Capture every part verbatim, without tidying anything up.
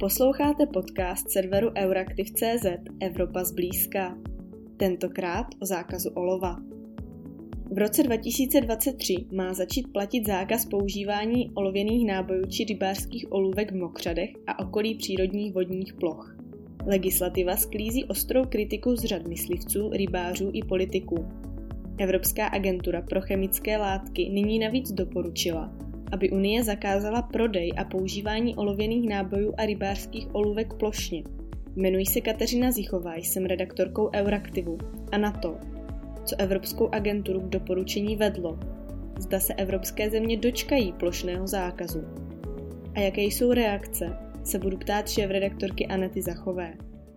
Posloucháte podcast serveru Euraktiv tečka cé zet Evropa zblízka. Tentokrát o zákazu olova. V roce dva tisíce dvacet tři má začít platit zákaz používání olověných nábojů či rybářských olůvek v mokřadech a okolí přírodních vodních ploch. Legislativa sklízí ostrou kritiku z řad myslivců, rybářů i politiků. Evropská agentura pro chemické látky nyní navíc doporučila, aby Unie zakázala prodej a používání olověných nábojů a rybářských olůvek plošně. Jmenuji se Kateřina Zichová, jsem redaktorkou Euraktivu a na to, co Evropskou agenturu k doporučení vedlo, zda se evropské země dočkají plošného zákazu a jaké jsou reakce, se budu ptát šéfredaktorky Anety Zachové.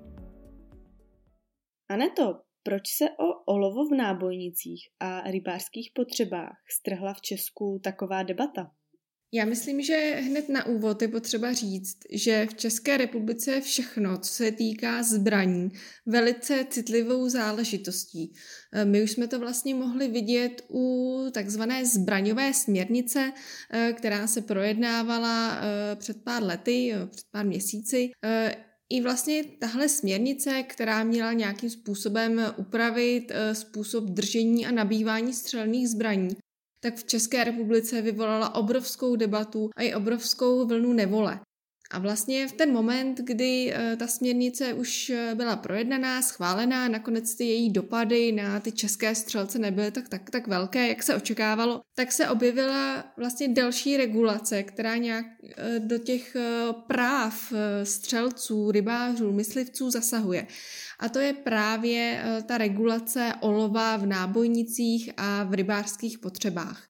Aneto, proč se o olovo v nábojnicích a rybářských potřebách strhla v Česku taková debata? Já myslím, že hned na úvod je potřeba říct, že v České republice je všechno, co se týká zbraní, velice citlivou záležitostí. My už jsme to vlastně mohli vidět u takzvané zbraňové směrnice, která se projednávala před pár lety, před pár měsíci. I vlastně tahle směrnice, která měla nějakým způsobem upravit způsob držení a nabývání střelných zbraní, tak v České republice vyvolala obrovskou debatu a i obrovskou vlnu nevole. A vlastně v ten moment, kdy ta směrnice už byla projednaná, schválená, nakonec ty její dopady na ty české střelce nebyly tak, tak, tak velké, jak se očekávalo, tak se objevila vlastně další regulace, která nějak do těch práv střelců, rybářů, myslivců zasahuje. A to je právě ta regulace olova v nábojnicích a v rybářských potřebách.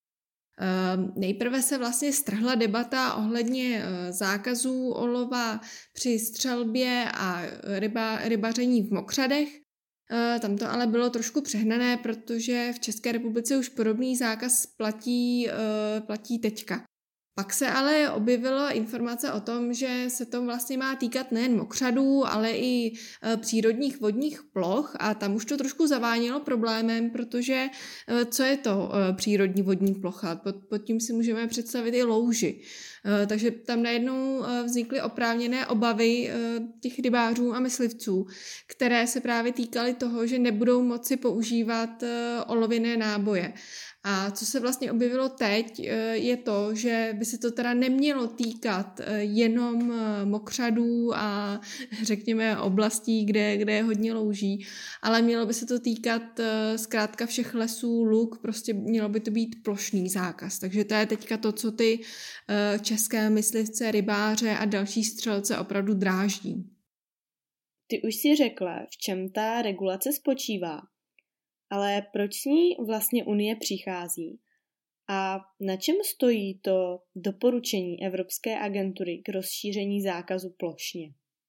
Nejprve se vlastně strhla debata ohledně zákazů olova při střelbě a ryba, rybaření v mokřadech. Tam to ale bylo trošku přehnané, protože v České republice už podobný zákaz platí, platí teďka. Pak se ale objevila informace o tom, že se to vlastně má týkat nejen mokřadů, ale i přírodních vodních ploch a tam už to trošku zavánělo problémem, protože co je to přírodní vodní plocha? Pod, pod tím si můžeme představit i louži. Takže tam najednou vznikly oprávněné obavy těch rybářů a myslivců, které se právě týkaly toho, že nebudou moci používat olověné náboje. A co se vlastně objevilo teď, je to, že by se to teda nemělo týkat jenom mokřadů a řekněme oblastí, kde, kde je hodně louží, ale mělo by se to týkat zkrátka všech lesů, luk, prostě mělo by to být plošný zákaz. Takže to je teďka to, co ty české myslivce, rybáře a další střelce opravdu dráždí. Ty už si řekla, v čem ta regulace spočívá. Ale proč s ní vlastně Unie přichází? A na čem stojí to doporučení Evropské agentury k rozšíření zákazu plošně?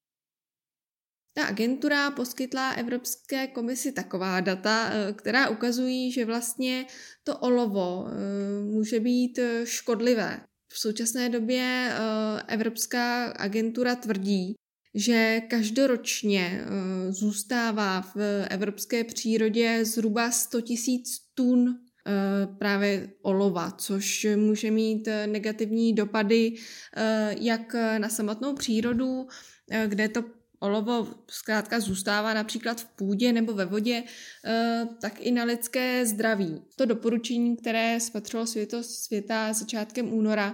Ta agentura poskytla Evropské komisi taková data, která ukazují, že vlastně to olovo může být škodlivé. V současné době Evropská agentura tvrdí, že každoročně zůstává v evropské přírodě zhruba sto tisíc tun právě olova, což může mít negativní dopady jak na samotnou přírodu, kde to olovo zkrátka zůstává například v půdě nebo ve vodě, tak i na lidské zdraví. To doporučení, které spatřilo světo světa začátkem února,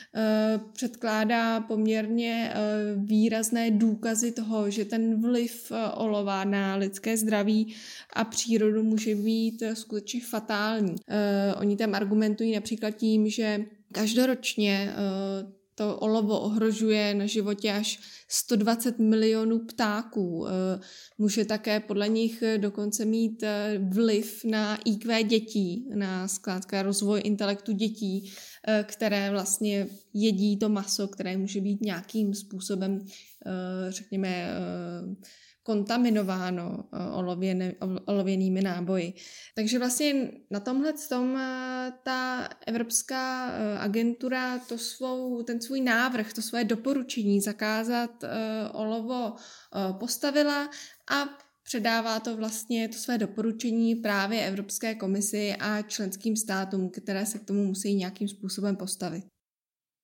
předkládá poměrně výrazné důkazy toho, že ten vliv olova na lidské zdraví a přírodu může být skutečně fatální. Oni tam argumentují například tím, že každoročně to olovo ohrožuje na životě až sto dvacet milionů ptáků. Může také podle nich dokonce mít vliv na í kvé dětí, na zkrátka rozvoj intelektu dětí, které vlastně jedí to maso, které může být nějakým způsobem, řekněme, kontaminováno olověne, olověnými náboji. Takže vlastně na tomhle tom ta Evropská agentura to svou, ten svůj návrh, to svoje doporučení zakázat olovo postavila a předává to vlastně to své doporučení právě Evropské komisi a členským státům, které se k tomu musí nějakým způsobem postavit.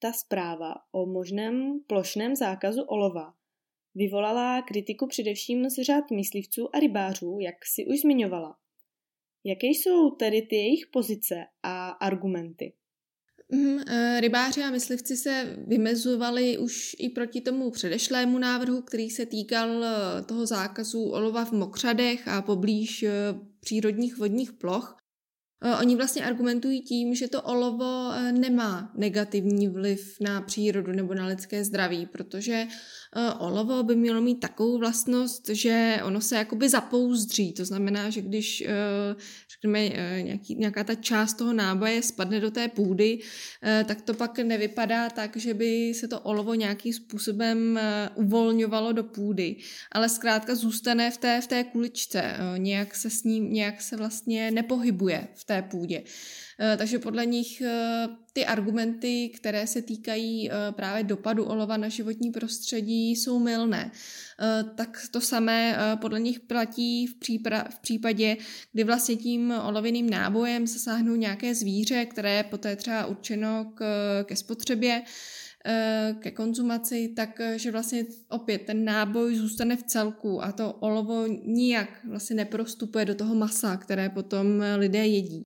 ta zpráva o možném plošném zákazu olova vyvolala kritiku především z řad myslivců a rybářů, jak si už zmiňovala. Jaké jsou tedy ty jejich pozice a argumenty? Mm, rybáři a myslivci se vymezovali už i proti tomu předešlému návrhu, který se týkal toho zákazu olova v mokřadech a poblíž přírodních vodních ploch. Oni vlastně argumentují tím, že to olovo nemá negativní vliv na přírodu nebo na lidské zdraví, protože olovo by mělo mít takovou vlastnost, že ono se jakoby zapouzdří. To znamená, že když řekněme nějaký, nějaká ta část toho náboje spadne do té půdy, tak to pak nevypadá tak, že by se to olovo nějakým způsobem uvolňovalo do půdy, ale zkrátka zůstane v té, v té kuličce, nějak se s ním, nějak se vlastně nepohybuje v té půdě. Takže podle nich ty argumenty, které se týkají právě dopadu olova na životní prostředí, jsou mylné. Tak to samé podle nich platí v, přípra- v případě, kdy vlastně tím olověným nábojem zasáhnou nějaké zvíře, které je poté třeba určeno k, ke spotřebě, ke konzumaci, takže vlastně opět ten náboj zůstane v celku a to olovo nijak vlastně neprostupuje do toho masa, které potom lidé jedí.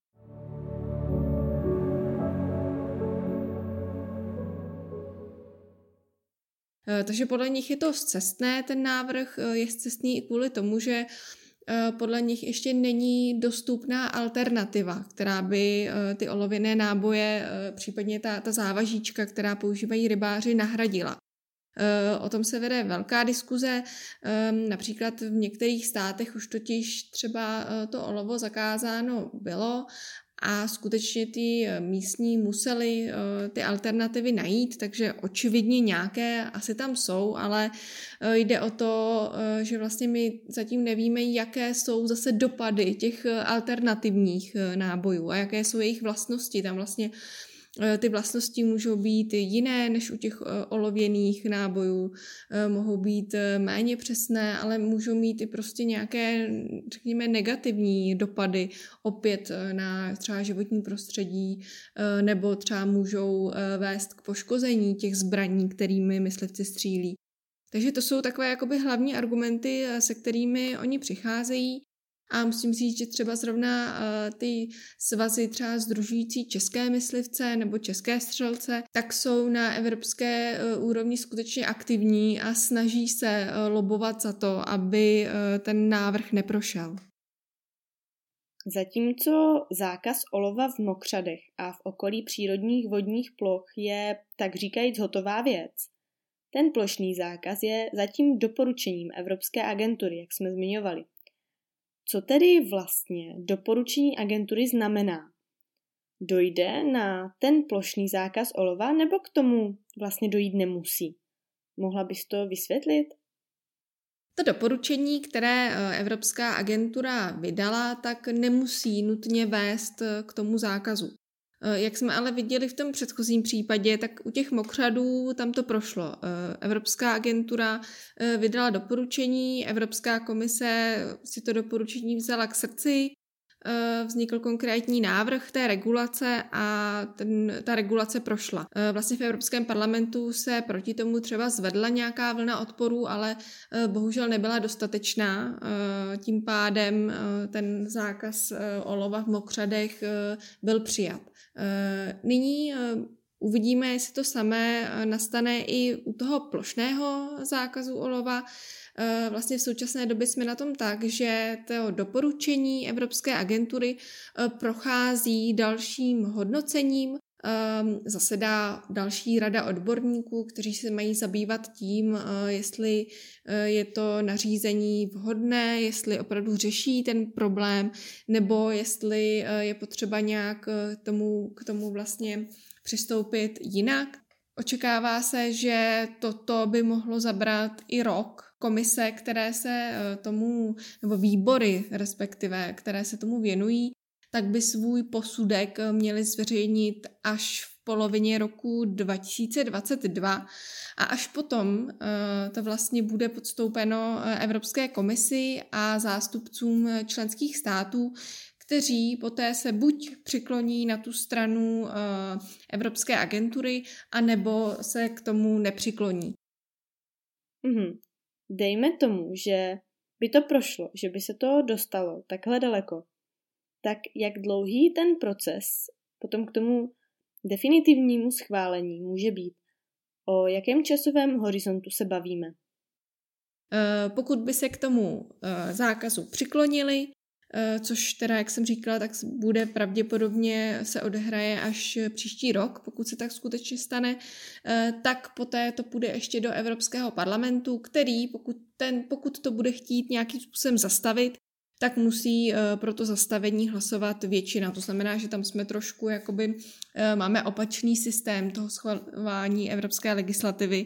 Takže podle nich je to scestné, ten návrh je scestný i kvůli tomu, že podle nich ještě není dostupná alternativa, která by ty olověné náboje, případně ta, ta závažíčka, která používají rybáři, nahradila. O tom se vede velká diskuze, například v některých státech už totiž třeba to olovo zakázáno bylo a skutečně ty místní museli ty alternativy najít, takže očividně nějaké asi tam jsou, ale jde o to, že vlastně my zatím nevíme, jaké jsou zase dopady těch alternativních nábojů a jaké jsou jejich vlastnosti. Tam vlastně ty vlastnosti můžou být jiné než u těch olověných nábojů, mohou být méně přesné, ale můžou mít i prostě nějaké, řekněme, negativní dopady opět na třeba životní prostředí, nebo třeba můžou vést k poškození těch zbraní, kterými myslivci střílí. Takže to jsou takové jakoby hlavní argumenty, se kterými oni přicházejí. A musím říct, že třeba zrovna uh, ty svazy třeba sdružující české myslivce nebo české střelce, tak jsou na evropské uh, úrovni skutečně aktivní a snaží se uh, lobovat za to, aby uh, ten návrh neprošel. Zatímco zákaz olova v mokřadech a v okolí přírodních vodních ploch je, tak říkajíc, hotová věc, ten plošný zákaz je zatím doporučením Evropské agentury, jak jsme zmiňovali. Co tedy vlastně doporučení agentury znamená? Dojde na ten plošný zákaz olova nebo k tomu vlastně dojít nemusí? Mohla bys to vysvětlit? To doporučení, které Evropská agentura vydala, tak nemusí nutně vést k tomu zákazu. Jak jsme ale viděli v tom předchozím případě, tak u těch mokřadů tam to prošlo. Evropská agentura vydala doporučení, Evropská komise si to doporučení vzala k srdci, vznikl konkrétní návrh té regulace a ten, ta regulace prošla. Vlastně v Evropském parlamentu se proti tomu třeba zvedla nějaká vlna odporu, ale bohužel nebyla dostatečná. Tím pádem ten zákaz olova v mokřadech byl přijat. Nyní uvidíme, jestli to samé nastane i u toho plošného zákazu olova. Vlastně v současné době jsme na tom tak, že to doporučení Evropské agentury prochází dalším hodnocením. Zasedá další rada odborníků, kteří se mají zabývat tím, jestli je to nařízení vhodné, jestli opravdu řeší ten problém, nebo jestli je potřeba nějak k tomu, k tomu vlastně přistoupit jinak. Očekává se, že toto by mohlo zabrat i rok. Komise, které se tomu, nebo výbory respektive, které se tomu věnují, tak by svůj posudek měli zveřejnit až v polovině roku dva tisíce dvacet dva a až potom to vlastně bude podstoupeno Evropské komisi a zástupcům členských států, kteří poté se buď přikloní na tu stranu uh, Evropské agentury, anebo se k tomu nepřikloní. Mm-hmm. Dejme tomu, že by to prošlo, že by se to dostalo takhle daleko. Tak jak dlouhý ten proces potom k tomu definitivnímu schválení může být? O jakém časovém horizontu se bavíme? Pokud by se k tomu zákazu přiklonili, což teda, jak jsem říkala, tak bude pravděpodobně se odehraje až příští rok, pokud se tak skutečně stane, tak poté to půjde ještě do Evropského parlamentu, který, pokud, ten, pokud to bude chtít nějakým způsobem zastavit, tak musí pro to zastavení hlasovat většina. To znamená, že tam jsme trošku, jakoby máme opačný systém toho schvalování evropské legislativy,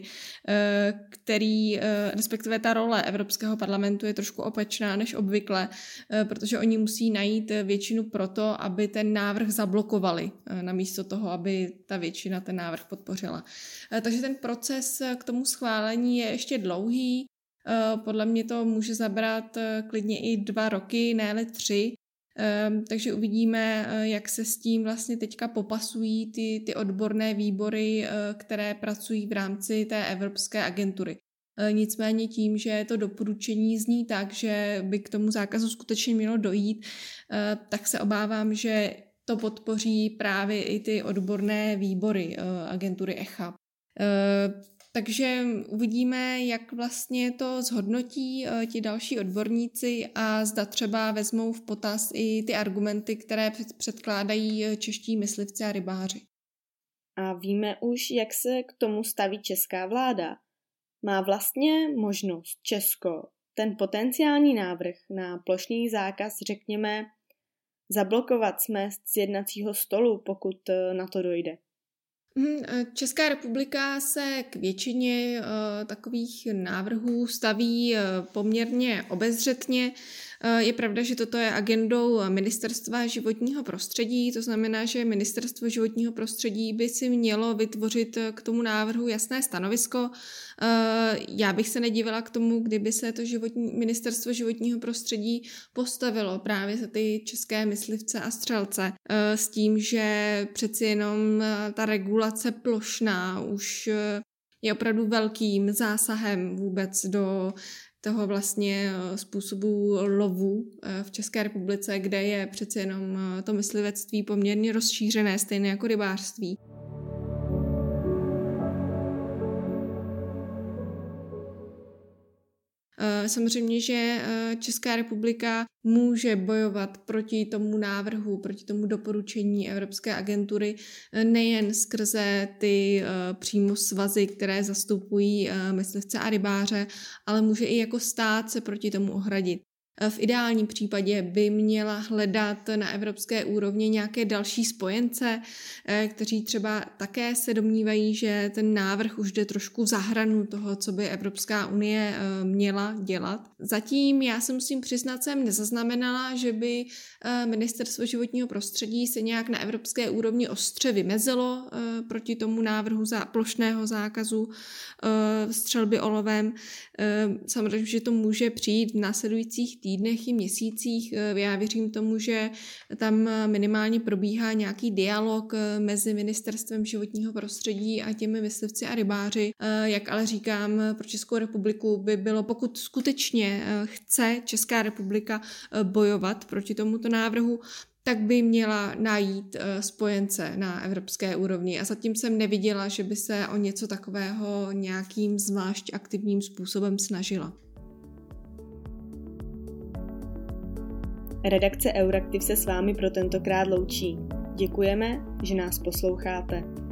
který, respektive ta role Evropského parlamentu je trošku opačná než obvykle, protože oni musí najít většinu pro to, aby ten návrh zablokovali, namísto toho, aby ta většina ten návrh podpořila. Takže ten proces k tomu schválení je ještě dlouhý. Podle mě to může zabrat klidně i dva roky, ne-li tři, takže uvidíme, jak se s tím vlastně teďka popasují ty, ty odborné výbory, které pracují v rámci té Evropské agentury. Nicméně tím, že to doporučení zní tak, že by k tomu zákazu skutečně mělo dojít, tak se obávám, že to podpoří právě i ty odborné výbory agentury E C H A. Takže uvidíme, jak vlastně to zhodnotí uh, ti další odborníci a zda třeba vezmou v potaz i ty argumenty, které předkládají čeští myslivci a rybáři. A víme už, jak se k tomu staví česká vláda. Má vlastně možnost Česko ten potenciální návrh na plošný zákaz, řekněme, zablokovat, smést z jednacího stolu, pokud na to dojde? Česká republika se k většině uh, takových návrhů staví uh, poměrně obezřetně. Uh, je pravda, že toto je agendou Ministerstva životního prostředí, to znamená, že Ministerstvo životního prostředí by si mělo vytvořit k tomu návrhu jasné stanovisko. Uh, já bych se nedivila k tomu, kdyby se to životní, Ministerstvo životního prostředí postavilo právě za ty české myslivce a střelce uh, s tím, že přeci jenom uh, ta regulace plošná už je opravdu velkým zásahem vůbec do toho vlastně způsobu lovu v České republice, kde je přeci jenom to myslivectví poměrně rozšířené, stejně jako rybářství. Samozřejmě, že Česká republika může bojovat proti tomu návrhu, proti tomu doporučení Evropské agentury nejen skrze ty přímo svazy, které zastupují myslivce a rybáře, ale může i jako stát se proti tomu ohradit. V ideálním případě by měla hledat na evropské úrovni nějaké další spojence, kteří třeba také se domnívají, že ten návrh už jde trošku za hranu toho, co by Evropská unie měla dělat. Zatím já se musím přiznat, jsem nezaznamenala, že by Ministerstvo životního prostředí se nějak na evropské úrovni ostře vymezilo proti tomu návrhu za plošného zákazu střelby olovem. Samozřejmě, že to může přijít v následujících týdnech i měsících. Já věřím tomu, že tam minimálně probíhá nějaký dialog mezi Ministerstvem životního prostředí a těmi myslivci a rybáři. Jak ale říkám, pro Českou republiku by bylo, pokud skutečně chce Česká republika bojovat proti tomuto návrhu, tak by měla najít spojence na evropské úrovni. A zatím jsem neviděla, že by se o něco takového nějakým zvlášť aktivním způsobem snažila. Redakce Euraktiv se s vámi pro tentokrát loučí. Děkujeme, že nás posloucháte.